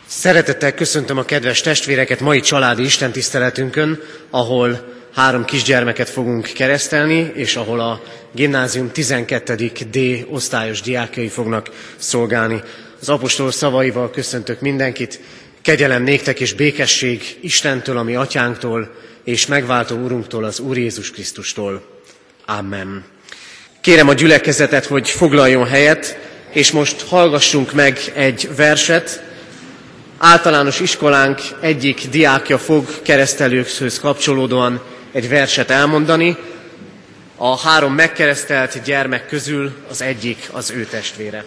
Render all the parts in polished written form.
Szeretettel köszöntöm a kedves testvéreket mai családi istentiszteletünkön, ahol 3 kisgyermeket fogunk keresztelni, és ahol a gimnázium 12. D osztályos diákjai fognak szolgálni. Az apostol szavaival köszöntök mindenkit. Kegyelem néktek és békesség Istentől, a mi atyánktól, és megváltó Urunktól, az Úr Jézus Krisztustól. Amen. Kérem a gyülekezetet, hogy foglaljon helyet, és most hallgassunk meg egy verset. Általános iskolánk egyik diákja fog keresztelőkhöz kapcsolódóan egy verset elmondani. A 3 megkeresztelt gyermek közül az egyik az ő testvére.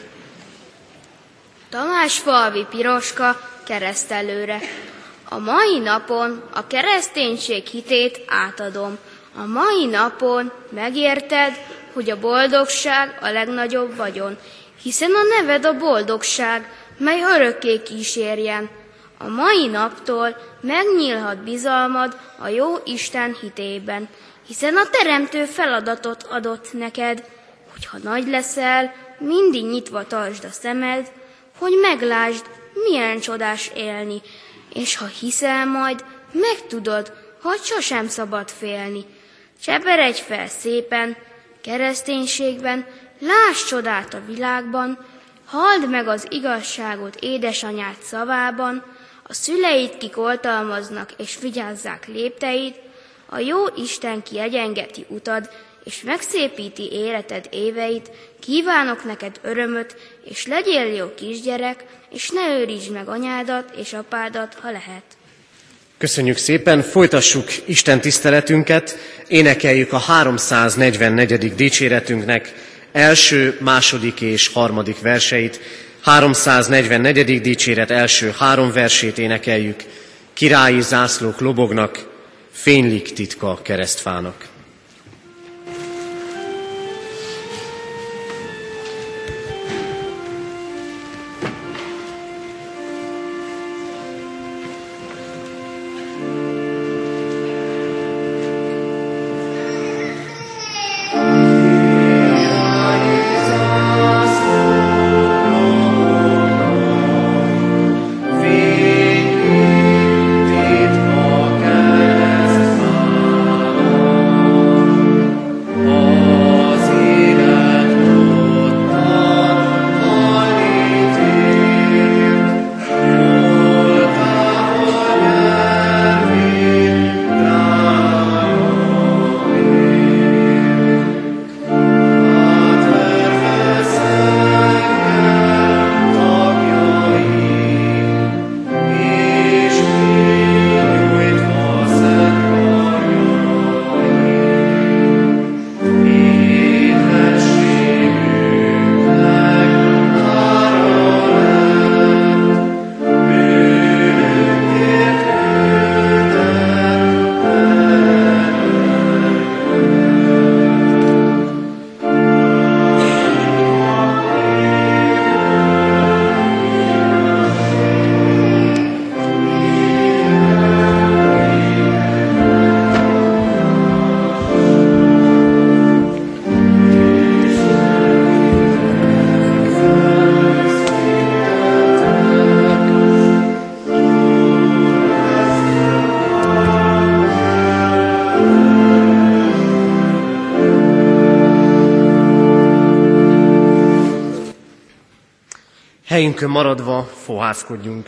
Tamásfalvi Piroska keresztelőre. A mai napon a kereszténység hitét átadom. A mai napon megérted, hogy a boldogság a legnagyobb vagyon, hiszen a neved a boldogság, mely örökké kísérjen. A mai naptól megnyílhat bizalmad a jó Isten hitében, hiszen a Teremtő feladatot adott neked, hogy ha nagy leszel, mindig nyitva tartsd a szemed, hogy meglásd, milyen csodás élni, és ha hiszel majd, megtudod, hogy sosem szabad félni. Cseperedj fel szépen, kereszténységben, lásd csodát a világban, halld meg az igazságot édesanyád szavában, a szüleid kik oltalmaznak és vigyázzák lépteid, a jó Isten kiegyengeti utad, és megszépíti életed éveit, kívánok neked örömöt, és legyél jó kisgyerek, és ne őrizd meg anyádat és apádat, ha lehet. Köszönjük szépen, folytassuk Isten tiszteletünket, énekeljük a 344. dicséretünknek első, második és harmadik verseit. 344. dicséret első 3 versét énekeljük. Királyi zászlók lobognak, fénylik titka a keresztfának. Helyünkön maradva fohászkodjunk.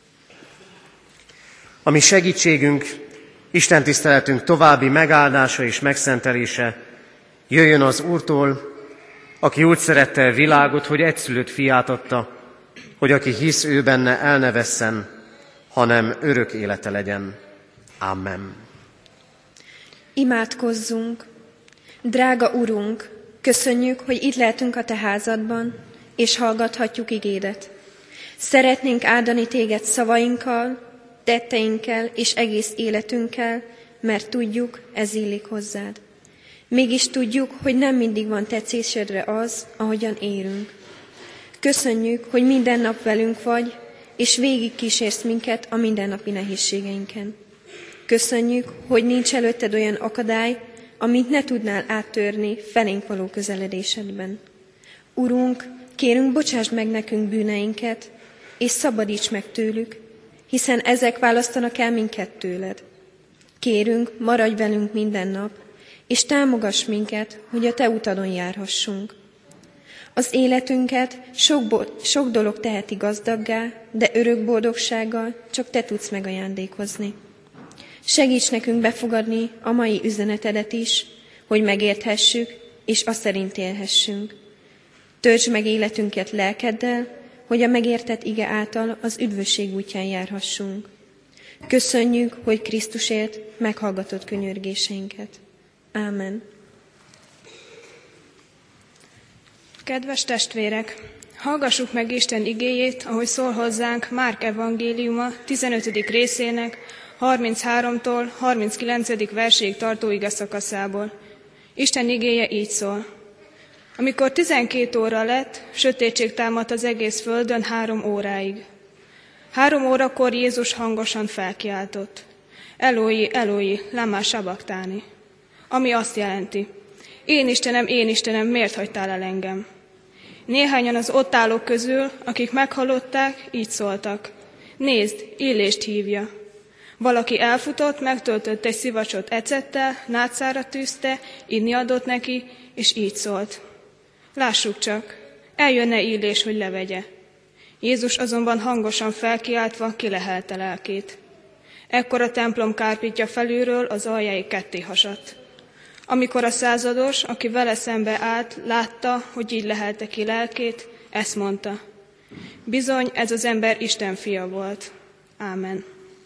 A mi segítségünk, istentiszteletünk további megáldása és megszentelése jöjjön az Úrtól, aki úgy szerette a világot, hogy egyszülött fiát adta, hogy aki hisz ő benne, el ne vesszen, hanem örök élete legyen. Amen. Imádkozzunk! Drága Urunk, köszönjük, hogy itt lehetünk a Te házadban, és hallgathatjuk igédet. Szeretnénk áldani Téged szavainkkal, tetteinkkel és egész életünkkel, mert tudjuk, ez illik hozzád. Mégis tudjuk, hogy nem mindig van tetszésedre az, ahogyan élünk. Köszönjük, hogy minden nap velünk vagy, és végig kísérsz minket a mindennapi nehézségeinken. Köszönjük, hogy nincs előtted olyan akadály, amit ne tudnál áttörni felénk való közeledésedben. Urunk, kérünk, bocsásd meg nekünk bűneinket, és szabadíts meg tőlük, hiszen ezek választanak el minket tőled. Kérünk, maradj velünk minden nap, és támogass minket, hogy a te utadon járhassunk. Az életünket sok dolog teheti gazdaggá, de örök boldogsággal csak te tudsz megajándékozni. Segíts nekünk befogadni a mai üzenetedet is, hogy megérthessük, és azt szerint élhessünk. Töltsd meg életünket lelkeddel, hogy a megértett ige által az üdvösség útján járhassunk. Köszönjük, hogy Krisztusért meghallgatott könyörgéseinket. Ámen. Kedves testvérek, hallgassuk meg Isten igéjét, ahogy szól hozzánk Márk evangéliuma 15. részének 33-tól 39. verséig tartó igeszakaszából. Isten igéje így szól. Amikor 12 óra lett, sötétség támadt az egész földön 3 óráig. 3 órakor Jézus hangosan felkiáltott. Eloi, Eloi, lama sabachthani, ami azt jelenti, én Istenem, miért hagytál el engem? Néhányan az ott állók közül, akik meghallották, így szóltak. Nézd, Illést hívja. Valaki elfutott, megtöltött egy szivacsot ecettel, nátszára tűzte, inni adott neki, és így szólt. Lássuk csak, eljönne Illés, hogy levegye. Jézus azonban hangosan felkiáltva kilehelte lelkét. Ekkor a templom kárpitja felülről az aljáig ketté hasadt. Amikor a százados, aki vele szembe állt, látta, hogy így lehelte ki lelkét, ezt mondta. Bizony, ez az ember Isten fia volt. Ámen.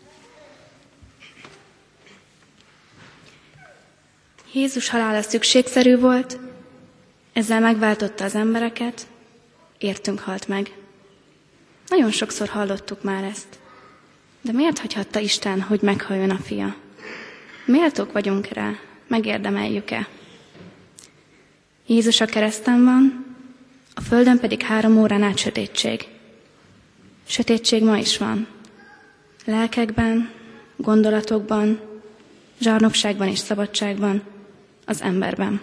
Jézus halála szükségszerű volt, ezzel megváltotta az embereket, értünk halt meg. Nagyon sokszor hallottuk már ezt. De miért hagyhatta Isten, hogy meghalljon a fia? Méltók vagyunk rá, megérdemeljük-e? Jézus a kereszten van, a földön pedig 3 órán át sötétség. Sötétség ma is van. Lelkekben, gondolatokban, zsarnokságban és szabadságban, az emberben.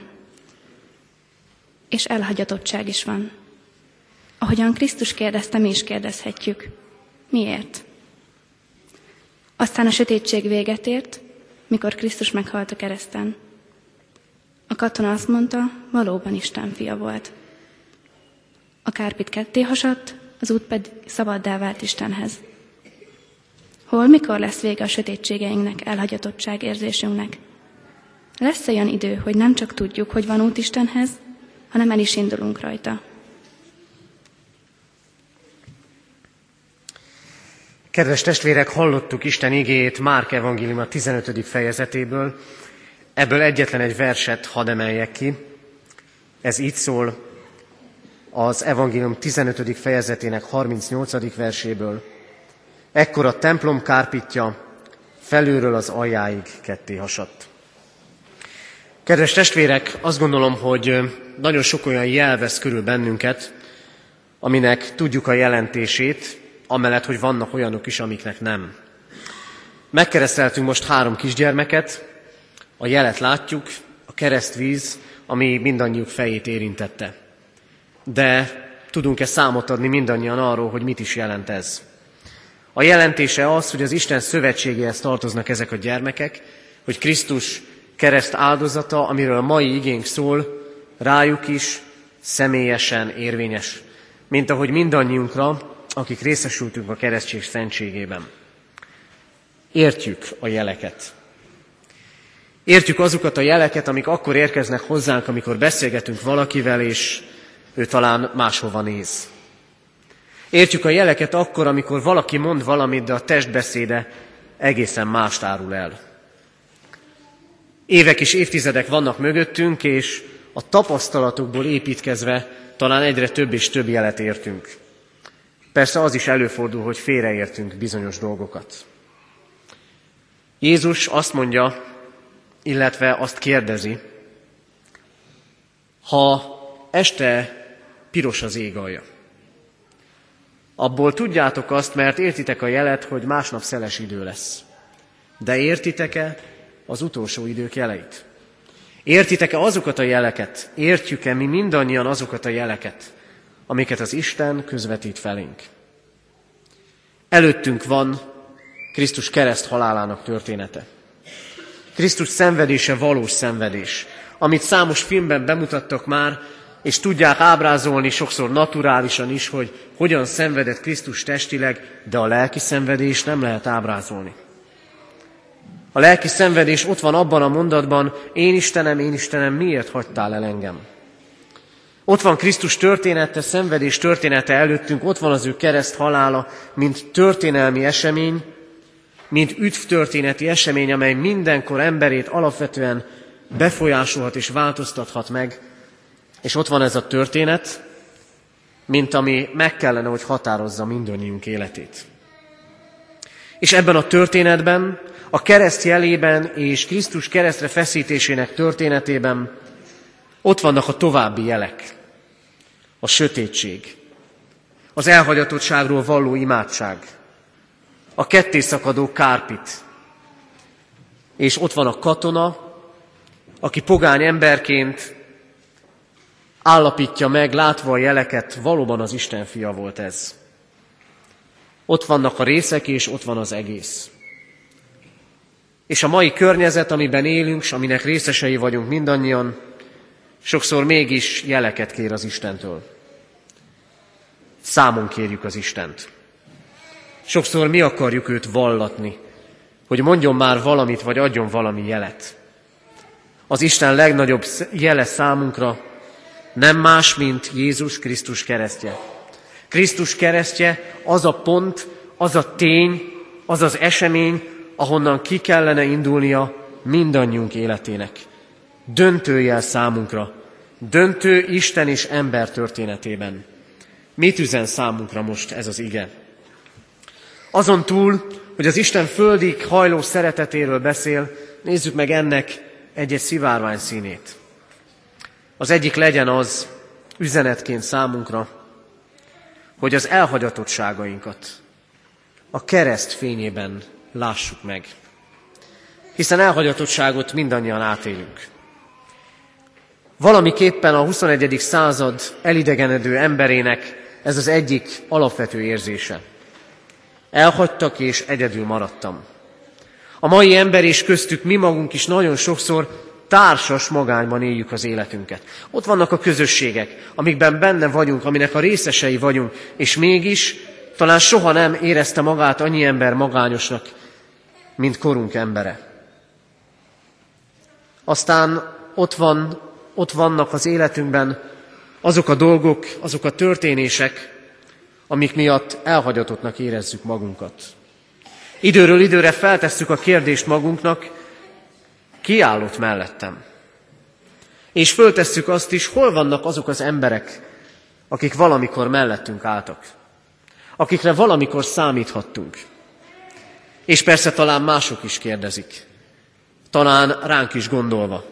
És elhagyatottság is van. Ahogyan Krisztus kérdezte, mi is kérdezhetjük. Miért? Aztán a sötétség véget ért, mikor Krisztus meghalt a kereszten. A katona azt mondta, valóban Isten fia volt. A kárpit ketté hasadt, az út pedig szabaddá vált Istenhez. Hol, mikor lesz vége a sötétségeinknek, elhagyatottság érzésünknek? Lesz olyan idő, hogy nem csak tudjuk, hogy van út Istenhez, hanem el is indulunk rajta. Kedves testvérek, hallottuk Isten igéjét Márk evangéliuma 15. fejezetéből. Ebből egyetlen egy verset hadd emeljek ki. Ez így szól az evangélium 15. fejezetének 38. verséből. Ekkor a templom kárpitja felülről az aljáig ketté hasadt. Kedves testvérek, azt gondolom, hogy nagyon sok olyan jel vesz körül bennünket, aminek tudjuk a jelentését, amellett, hogy vannak olyanok is, amiknek nem. Megkereszteltünk most 3 kisgyermeket, a jelet látjuk, a keresztvíz, ami mindannyiuk fejét érintette. De tudunk-e számot adni mindannyian arról, hogy mit is jelent ez? A jelentése az, hogy az Isten szövetségéhez tartoznak ezek a gyermekek, hogy Krisztus kereszt áldozata, amiről a mai igénk szól, rájuk is személyesen érvényes, mint ahogy mindannyiunkra, akik részesültünk a keresztség szentségében. Értjük a jeleket. Értjük azokat a jeleket, amik akkor érkeznek hozzánk, amikor beszélgetünk valakivel, és ő talán máshova néz. Értjük a jeleket akkor, amikor valaki mond valamit, de a testbeszéde egészen mást árul el. Évek és évtizedek vannak mögöttünk, és a tapasztalatokból építkezve talán egyre több és több jelet értünk. Persze az is előfordul, hogy félreértünk bizonyos dolgokat. Jézus azt mondja, illetve azt kérdezi, ha este piros az ég alja, abból tudjátok azt, mert értitek a jelet, hogy másnap szeles idő lesz. De értitek-e az utolsó idők jeleit? Értitek-e azokat a jeleket? Értjük-e mi mindannyian azokat a jeleket, amiket az Isten közvetít felénk? Előttünk van Krisztus kereszt halálának története. Krisztus szenvedése valós szenvedés, amit számos filmben bemutattak már, és tudják ábrázolni sokszor naturálisan is, hogy hogyan szenvedett Krisztus testileg, de a lelki szenvedést nem lehet ábrázolni. A lelki szenvedés ott van abban a mondatban, én Istenem, miért hagytál el engem? Ott van Krisztus története, szenvedés története előttünk, ott van az ő kereszt halála, mint történelmi esemény, mint üdvtörténeti esemény, amely mindenkor emberét alapvetően befolyásolhat és változtathat meg. És ott van ez a történet, mint ami meg kellene, hogy határozza mindannyiunk életét. És ebben a történetben, a kereszt jelében és Krisztus keresztre feszítésének történetében ott vannak a további jelek. A sötétség, az elhagyatottságról valló imádság, a kettészakadó kárpit, és ott van a katona, aki pogány emberként állapítja meg, látva a jeleket, valóban az Isten fia volt ez. Ott vannak a részek, és ott van az egész. És a mai környezet, amiben élünk, s aminek részesei vagyunk mindannyian, sokszor mégis jeleket kér az Istentől. Számon kérjük az Istent. Sokszor mi akarjuk őt vallatni, hogy mondjon már valamit, vagy adjon valami jelet. Az Isten legnagyobb jele számunkra nem más, mint Jézus Krisztus keresztje. Krisztus keresztje az a pont, az a tény, az az esemény, ahonnan ki kellene indulnia mindannyiunk életének. Döntő jel számunkra, döntő Isten és ember történetében. Mit üzen számunkra most ez az ige? Azon túl, hogy az Isten földig hajló szeretetéről beszél, nézzük meg ennek egy-egy szivárvány színét. Az egyik legyen az üzenetként számunkra, hogy az elhagyatottságainkat a kereszt fényében lássuk meg. Hiszen elhagyatottságot mindannyian átélünk. Valamiképpen a 21. század elidegenedő emberének ez az egyik alapvető érzése. Elhagytak és egyedül maradtam. A mai ember és köztük mi magunk is nagyon sokszor társas magányban éljük az életünket. Ott vannak a közösségek, amikben benne vagyunk, aminek a részesei vagyunk, és mégis talán soha nem érezte magát annyi ember magányosnak, mint korunk embere. Aztán ott vannak az életünkben azok a dolgok, azok a történések, amik miatt elhagyatottnak érezzük magunkat. Időről időre feltesszük a kérdést magunknak, ki állott mellettem? És föltesszük azt is, hol vannak azok az emberek, akik valamikor mellettünk álltak, akikre valamikor számíthattunk. És persze talán mások is kérdezik, talán ránk is gondolva.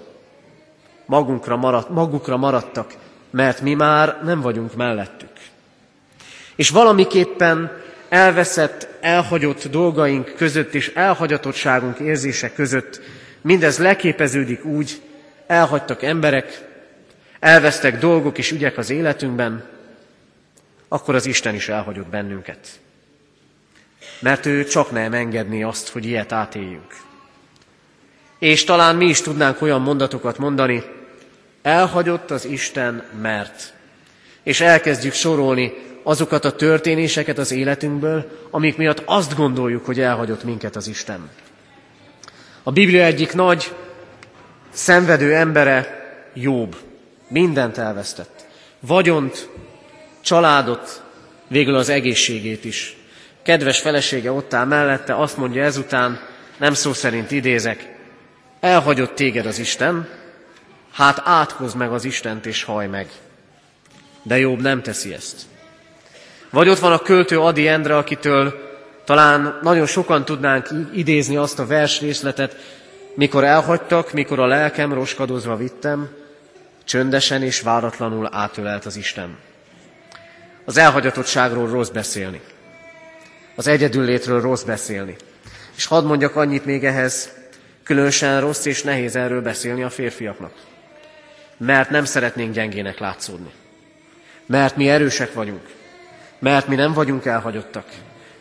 Magukra maradtak, mert mi már nem vagyunk mellettük. És valamiképpen elveszett, elhagyott dolgaink között és elhagyatottságunk érzése között mindez leképeződik úgy, elhagytak emberek, elvesztek dolgok és ügyek az életünkben, akkor az Isten is elhagyott bennünket. Mert ő csak nem engedné azt, hogy ilyet átéljünk. És talán mi is tudnánk olyan mondatokat mondani, elhagyott az Isten, mert. És elkezdjük sorolni azokat a történéseket az életünkből, amik miatt azt gondoljuk, hogy elhagyott minket az Isten. A Biblia egyik nagy, szenvedő embere Jobb. Mindent elvesztett. Vagyont, családot, végül az egészségét is. Kedves felesége ott áll mellette, azt mondja ezután, nem szó szerint idézek, elhagyott téged az Isten, hát átkozd meg az Istent és hajj meg. De Jobb nem teszi ezt. Vagy ott van a költő Ady Endre, akitől talán nagyon sokan tudnánk idézni azt a versrészletet, mikor elhagytak, mikor a lelkem roskadozva vittem, csöndesen és váratlanul átölelt az Isten. Az elhagyatottságról rossz beszélni. Az egyedüllétről rossz beszélni. És hadd mondjak annyit még ehhez, különösen rossz és nehéz erről beszélni a férfiaknak. Mert nem szeretnénk gyengének látszódni. Mert mi erősek vagyunk. Mert mi nem vagyunk elhagyottak.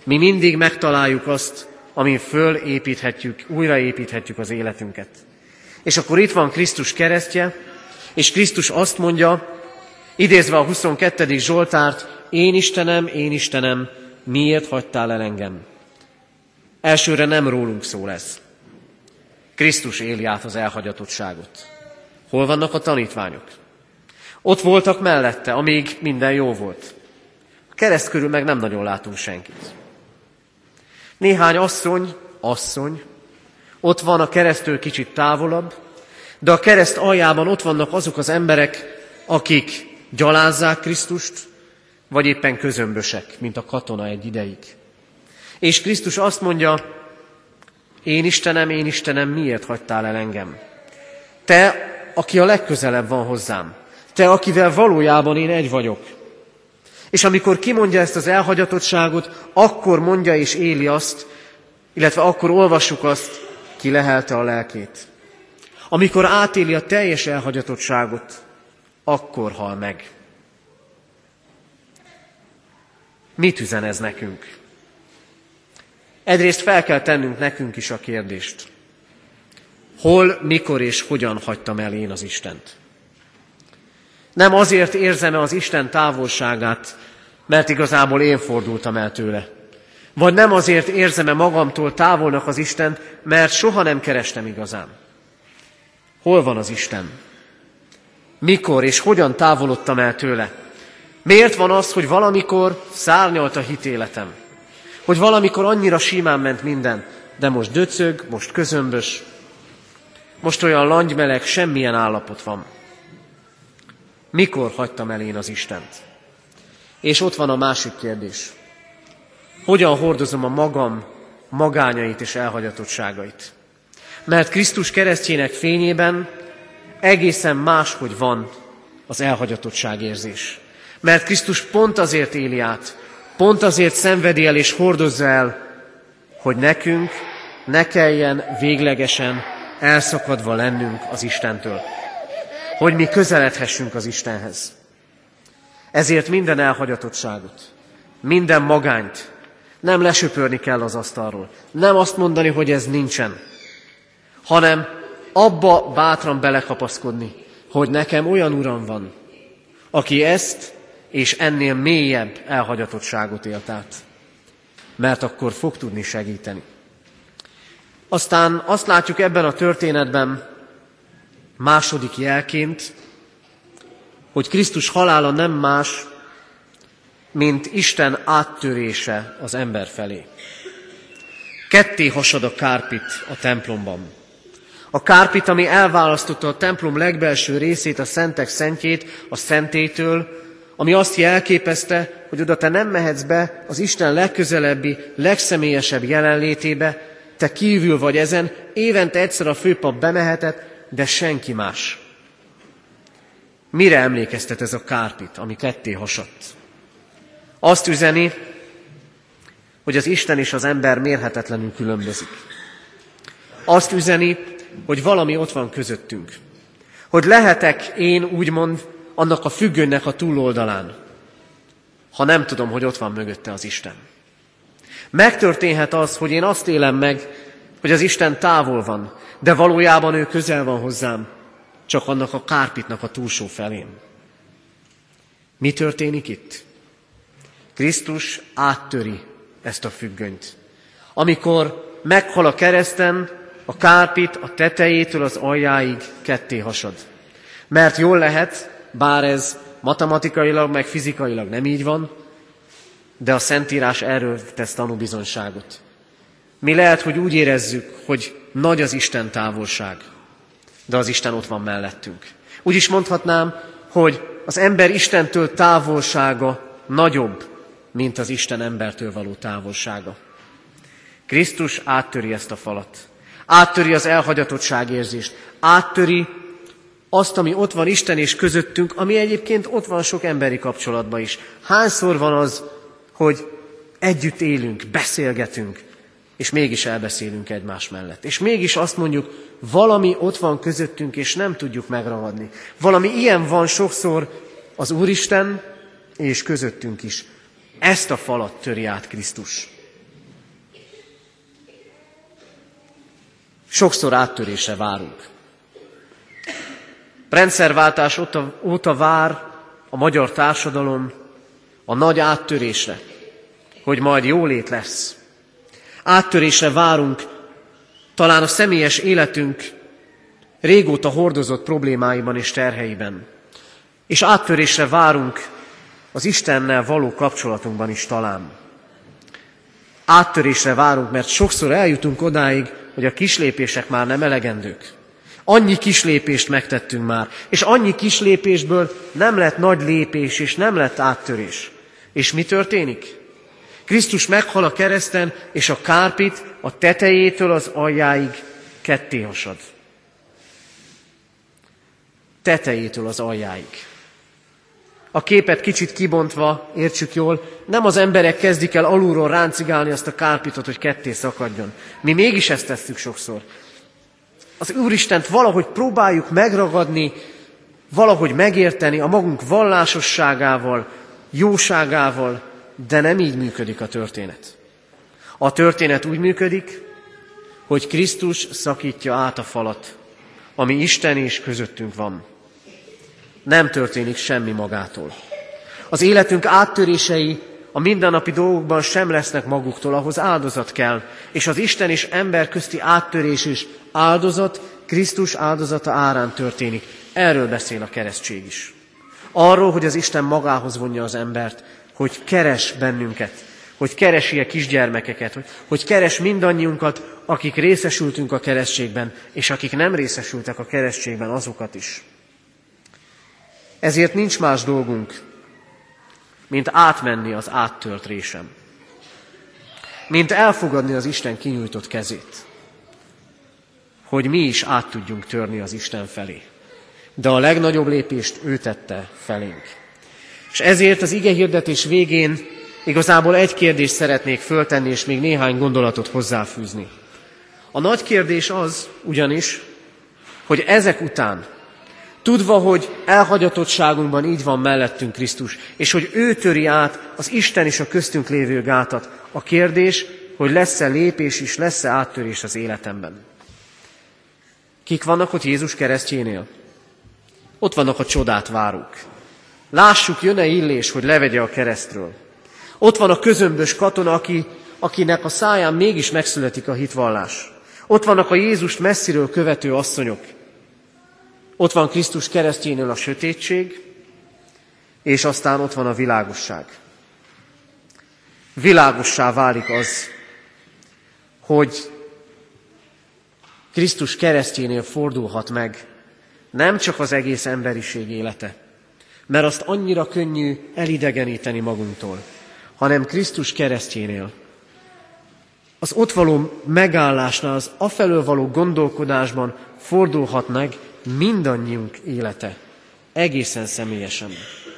mi mindig megtaláljuk azt, amin újraépíthetjük az életünket. És akkor itt van Krisztus keresztje, és Krisztus azt mondja, idézve a 22. Zsoltárt, én Istenem, miért hagytál el engem? Elsőre nem rólunk szól ez. Krisztus éli át az elhagyatottságot. Hol vannak a tanítványok? Ott voltak mellette, amíg minden jó volt. A kereszt körül meg nem nagyon látunk senkit. Néhány asszony, ott van a keresztől kicsit távolabb, de a kereszt aljában ott vannak azok az emberek, akik gyalázzák Krisztust, vagy éppen közömbösek, mint a katona egy ideig. És Krisztus azt mondja, én Istenem, miért hagytál el engem? Te, aki a legközelebb van hozzám. Te, akivel valójában én egy vagyok. És amikor kimondja ezt az elhagyatottságot, akkor mondja és éli azt, illetve akkor olvassuk azt, ki lehelte a lelkét. Amikor átéli a teljes elhagyatottságot, akkor hal meg. Mit üzen ez nekünk? Egyrészt fel kell tennünk nekünk is a kérdést. Hol, mikor és hogyan hagytam el én az Istent? Nem azért érzem-e az Isten távolságát, mert igazából én fordultam el tőle. Vagy nem azért érzem-e magamtól távolnak az Istent, mert soha nem kerestem igazán. Hol van az Isten? Mikor és hogyan távolodtam el tőle? Miért van az, hogy valamikor szárnyalt a hitéletem? Hogy valamikor annyira simán ment minden, de most döcög, most közömbös, most olyan langymeleg, semmilyen állapot van. Mikor hagytam el én az Istent? És ott van a másik kérdés. Hogyan hordozom a magam magányait és elhagyatottságait? Mert Krisztus keresztjének fényében egészen máshogy van az elhagyatottságérzés. Mert Krisztus pont azért éli át, pont azért szenvedi el és hordozza el, hogy nekünk ne kelljen véglegesen elszakadva lennünk az Istentől. Hogy mi közeledhessünk az Istenhez. Ezért minden elhagyatottságot, minden magányt nem lesöpörni kell az asztalról. Nem azt mondani, hogy ez nincsen, hanem abba bátran belekapaszkodni, hogy nekem olyan Uram van, aki ezt és ennél mélyebb elhagyatottságot élt át. Mert akkor fog tudni segíteni. Aztán azt látjuk ebben a történetben második jelként, hogy Krisztus halála nem más, mint Isten áttörése az ember felé. Ketté hasad a kárpit a templomban. A kárpit, ami elválasztotta a templom legbelső részét, a szentek szentjét, a szentétől, ami azt jelképezte, hogy oda te nem mehetsz be az Isten legközelebbi, legszemélyesebb jelenlétébe, te kívül vagy ezen, évente egyszer a főpap bemehetett, de senki más. Mire emlékeztet ez a kárpit, ami ketté hasadt? Azt üzeni, hogy az Isten és az ember mérhetetlenül különbözik. Azt üzeni, hogy valami ott van közöttünk. Hogy lehetek én, úgymond, annak a függönynek a túloldalán, ha nem tudom, hogy ott van mögötte az Isten. Megtörténhet az, hogy én azt élem meg, hogy az Isten távol van, de valójában ő közel van hozzám, csak annak a kárpitnak a túlsó felén. Mi történik itt? Krisztus áttöri ezt a függönyt. Amikor meghal a kereszten, a kárpit a tetejétől az aljáig ketté hasad. Mert jól lehet, bár ez matematikailag, meg fizikailag nem így van, de a Szentírás erről tesz tanúbizonyságot. Mi lehet, hogy úgy érezzük, hogy nagy az Isten távolság, de az Isten ott van mellettünk. Úgy is mondhatnám, hogy az ember Istentől távolsága nagyobb, mint az Isten embertől való távolsága. Krisztus áttöri ezt a falat. Áttöri az elhagyatottságérzést. Áttöri azt, ami ott van Isten és közöttünk, ami egyébként ott van sok emberi kapcsolatban is. Hányszor van az, hogy együtt élünk, beszélgetünk, és mégis elbeszélünk egymás mellett. És mégis azt mondjuk, valami ott van közöttünk, és nem tudjuk megragadni. Valami ilyen van sokszor az Úristen, és közöttünk is. Ezt a falat töri át Krisztus. Sokszor áttörésre várunk. Rendszerváltás óta vár a magyar társadalom a nagy áttörésre, hogy majd jólét lesz. Áttörésre várunk talán a személyes életünk régóta hordozott problémáiban és terheiben. És áttörésre várunk az Istennel való kapcsolatunkban is talán. Áttörésre várunk, mert sokszor eljutunk odáig, hogy a kislépések már nem elegendők. Annyi kislépést megtettünk már, és annyi kislépésből nem lett nagy lépés, és nem lett áttörés. És mi történik? Krisztus meghal a kereszten, és a kárpit a tetejétől az aljáig kettéhasad. Tetejétől az aljáig. A képet kicsit kibontva, értsük jól, nem az emberek kezdik el alulról ráncigálni azt a kárpitot, hogy ketté szakadjon. Mi mégis ezt tesszük sokszor. Az Úristent valahogy próbáljuk megragadni, valahogy megérteni a magunk vallásosságával, jóságával, de nem így működik a történet. A történet úgy működik, hogy Krisztus szakítja át a falat, ami Isten és közöttünk van. Nem történik semmi magától. Az életünk áttörései a mindennapi dolgokban sem lesznek maguktól, ahhoz áldozat kell, és az Isten és ember közti áttörés is áldozat, Krisztus áldozata árán történik. Erről beszél a keresztség is. Arról, hogy az Isten magához vonja az embert, hogy keres bennünket, hogy keresi a kisgyermekeket, hogy keres mindannyiunkat, akik részesültünk a keresztségben, és akik nem részesültek a keresztségben, azokat is. Ezért nincs más dolgunk, mint átmenni az áttört résem. Mint elfogadni az Isten kinyújtott kezét, hogy mi is át tudjunk törni az Isten felé. De a legnagyobb lépést ő tette felénk. És ezért az igehirdetés végén igazából egy kérdést szeretnék föltenni, és még néhány gondolatot hozzáfűzni. A nagy kérdés az ugyanis, hogy ezek után, tudva, hogy elhagyatottságunkban így van mellettünk Krisztus, és hogy ő töri át az Isten és a köztünk lévő gátat, a kérdés, hogy lesz-e lépés és lesz-e áttörés az életemben. Kik vannak ott Jézus keresztjénél? Ott vannak a csodát várók. Lássuk, jön-e illés, hogy levegye a keresztről. Ott van a közömbös katona, akinek a száján mégis megszületik a hitvallás. Ott vannak a Jézust messziről követő asszonyok. Ott van Krisztus keresztjénél a sötétség, és aztán ott van a világosság. Világossá válik az, hogy Krisztus keresztjénél fordulhat meg nem csak az egész emberiség élete, mert azt annyira könnyű elidegeníteni magunktól, hanem Krisztus keresztjénél, az ott való megállásnál, az afelől való gondolkodásban fordulhat meg mindannyiunk élete, egészen személyesen.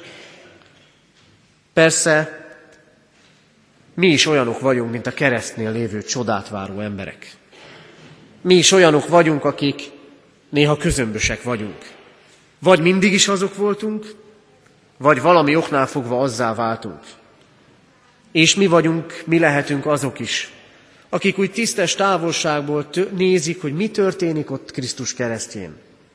Persze, mi is olyanok vagyunk, mint a keresztnél lévő csodát váró emberek. Mi is olyanok vagyunk, akik néha közömbösek vagyunk. Vagy mindig is azok voltunk, vagy valami oknál fogva azzá váltunk. És mi lehetünk azok is, akik úgy tisztes távolságból nézik, hogy mi történik ott Krisztus keresztjén.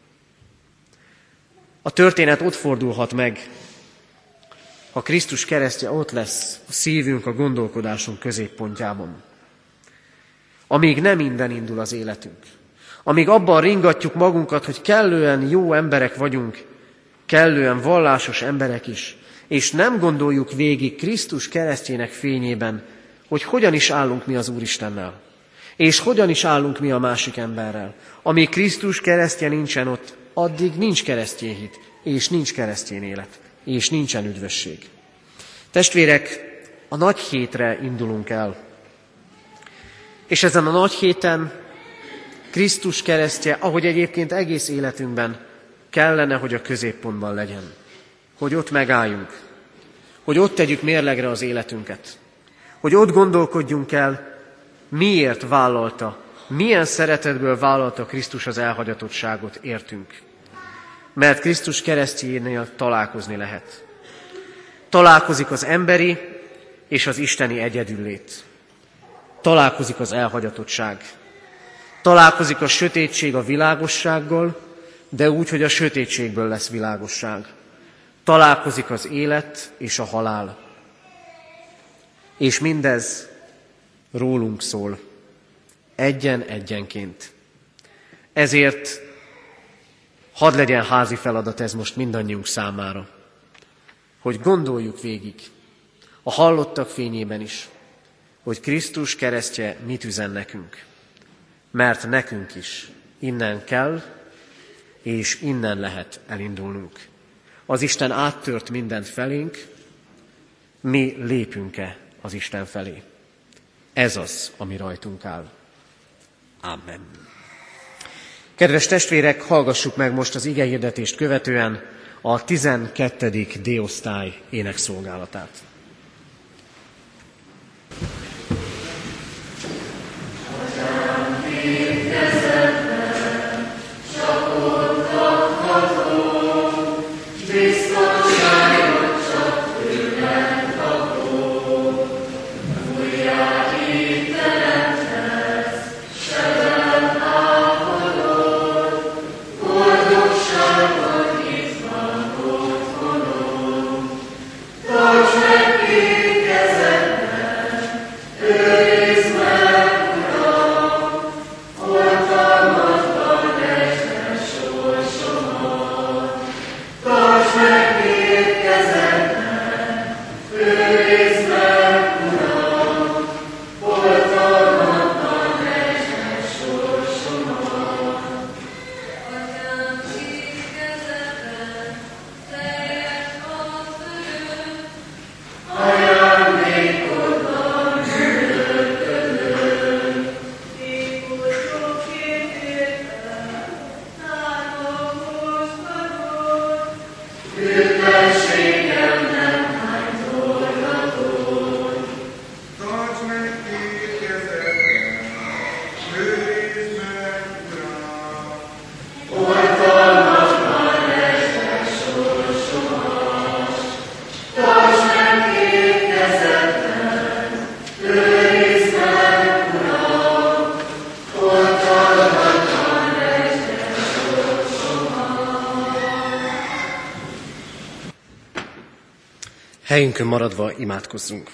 A történet ott fordulhat meg, ha Krisztus keresztje ott lesz a szívünk, a gondolkodásunk középpontjában. Amíg nem innen indul az életünk, amíg abban ringatjuk magunkat, hogy kellően jó emberek vagyunk, kellően vallásos emberek is, és nem gondoljuk végig Krisztus keresztjének fényében, hogy hogyan is állunk mi az Úristennel, és hogyan is állunk mi a másik emberrel. Amíg Krisztus keresztje nincsen ott, addig nincs keresztény hit, és nincs keresztény élet, és nincsen üdvösség. Testvérek, a nagy hétre indulunk el. És ezen a nagy héten Krisztus keresztje, ahogy egyébként egész életünkben, kellene, hogy a középpontban legyen. Hogy ott megálljunk, hogy ott tegyük mérlegre az életünket, hogy ott gondolkodjunk el, miért vállalta, milyen szeretetből vállalta Krisztus az elhagyatottságot értünk. Mert Krisztus keresztjénél találkozni lehet. Találkozik az emberi és az isteni egyedüllét. Találkozik az elhagyatottság. Találkozik a sötétség a világossággal, de úgy, hogy a sötétségből lesz világosság. Találkozik az élet és a halál. És mindez rólunk szól, egyenként. Ezért hadd legyen házi feladat ez most mindannyiunk számára, hogy gondoljuk végig, a hallottak fényében is, hogy Krisztus keresztje mit üzen nekünk. Mert nekünk is innen kell, és innen lehet elindulnunk. Az Isten áttört mindent felénk, mi lépünk-e az Isten felé? Ez az, ami rajtunk áll. Amen. Kedves testvérek, hallgassuk meg most az igehirdetést követően a 12. D-osztály énekszolgálatát. Helyünkön maradva imádkozzunk.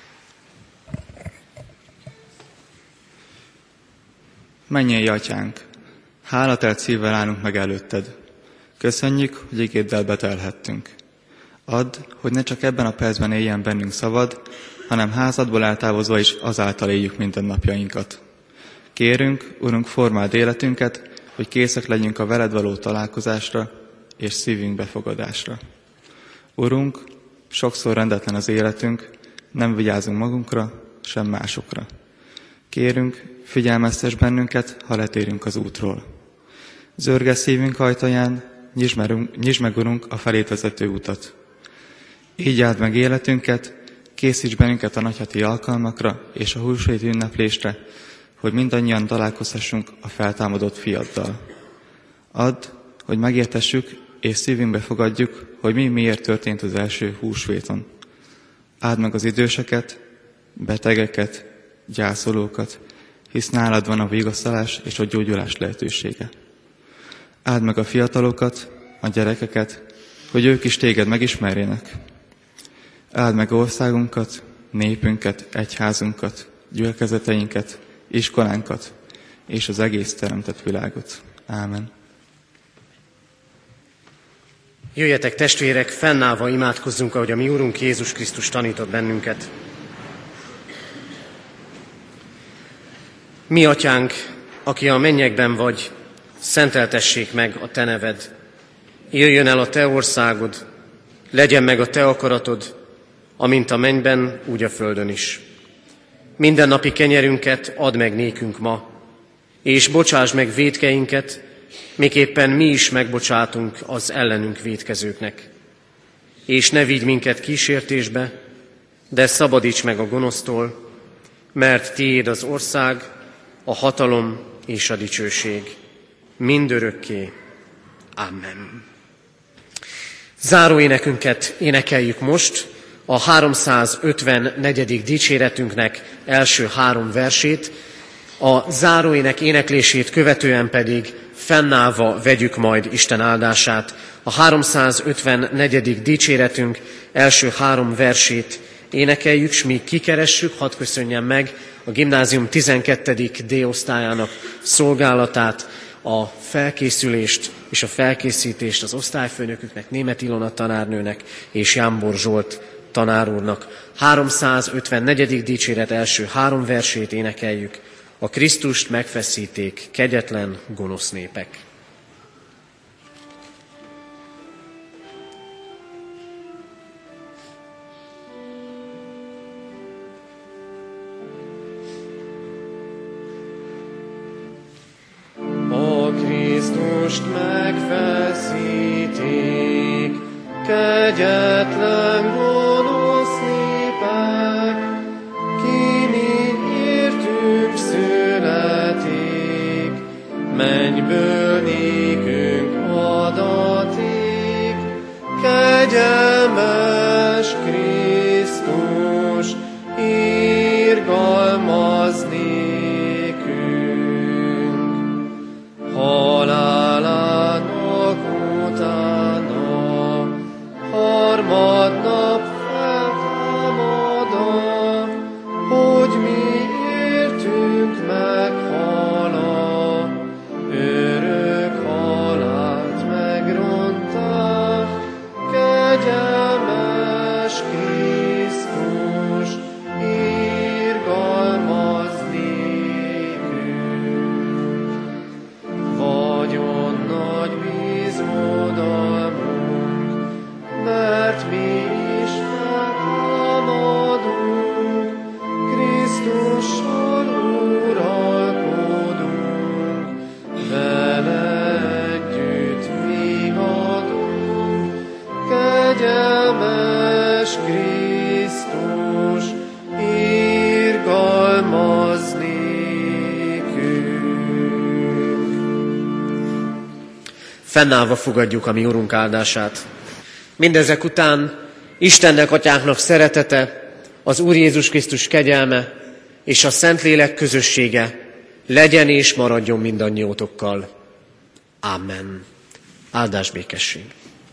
Mennyei Atyánk, hálatelt szívvel állunk meg előtted. Köszönjük, hogy igéddel betelhettünk. Add, hogy ne csak ebben a percben éljen bennünk szavad, hanem házadból eltávozva is azáltal éljük mindennapjainkat. Kérünk, Urunk, formáld életünket, hogy készek legyünk a veled való találkozásra és szívünk befogadásra. Urunk, sokszor rendetlen az életünk, nem vigyázunk magunkra, sem másokra. Kérünk, figyelmeztess bennünket, ha letérünk az útról. Zörges szívünk ajtaján, nyisd meg, Urunk, a felét vezető utat. Így áld meg életünket, készíts bennünket a nagyhati alkalmakra és a húsvét ünneplésre, hogy mindannyian találkozhassunk a feltámadott fiaddal. Add, hogy megértessük és szívünkbe fogadjuk, hogy miért történt az első húsvéton. Áld meg az időseket, betegeket, gyászolókat, hisz nálad van a vigasztalás és a gyógyulás lehetősége. Áld meg a fiatalokat, a gyerekeket, hogy ők is téged megismerjenek. Áld meg országunkat, népünket, egyházunkat, gyülekezeteinket, iskolánkat és az egész teremtett világot. Ámen. Jöjjetek, testvérek, fennállva imádkozzunk, ahogy a mi Úrunk Jézus Krisztus tanított bennünket. Mi, Atyánk, aki a mennyekben vagy, szenteltessék meg a te neved. Jöjjön el a te országod, legyen meg a te akaratod, amint a mennyben, úgy a földön is. Mindennapi kenyerünket add meg nékünk ma, és bocsásd meg vétkeinket, miképpen mi is megbocsátunk az ellenünk vétkezőknek. És ne vigy minket kísértésbe, de szabadíts meg a gonosztól, mert tiéd az ország, a hatalom és a dicsőség mindörökké. Amen. Záró énekünket énekeljük most, a 354. dicséretünknek első 3 versét. A záróének éneklését követően pedig fennállva vegyük majd Isten áldását. A 354. dicséretünk első 3 versét énekeljük, s míg kikeressük, hadd köszönjem meg a gimnázium 12. D osztályának szolgálatát, a felkészülést és a felkészítést az osztályfőnöküknek, Németh Ilona tanárnőnek és Jámbor Zsolt tanár úrnak. 354. dicséret első 3 versét énekeljük. A Krisztust megfeszíték kegyetlen, gonosz népek. A Krisztust megfeszíték kegyetlen, gonosz népek, ki mi értünk születik, mennyből nékünk adaték, kegyelmes Krisztus, irgalmaz nékünk. Halálának utána harmadnap feltámada, hogy mi értünk meghala, örök halált megronták, kegyelmes Krisztus, irgalmaz nékünk. Vagyon nagy bízmodalmunk, mert mi is megtámadunk, Krisztussal uralkodunk, vele együtt vigadunk, kegyelmes Krisztus, irgalmaz nékünk. Fennállva fogadjuk a mi Urunk áldását. Mindezek után Istennek, Atyánknak szeretete, az Úr Jézus Krisztus kegyelme és a Szentlélek közössége legyen és maradjon mindannyiótokkal. Amen. Áldás békesség.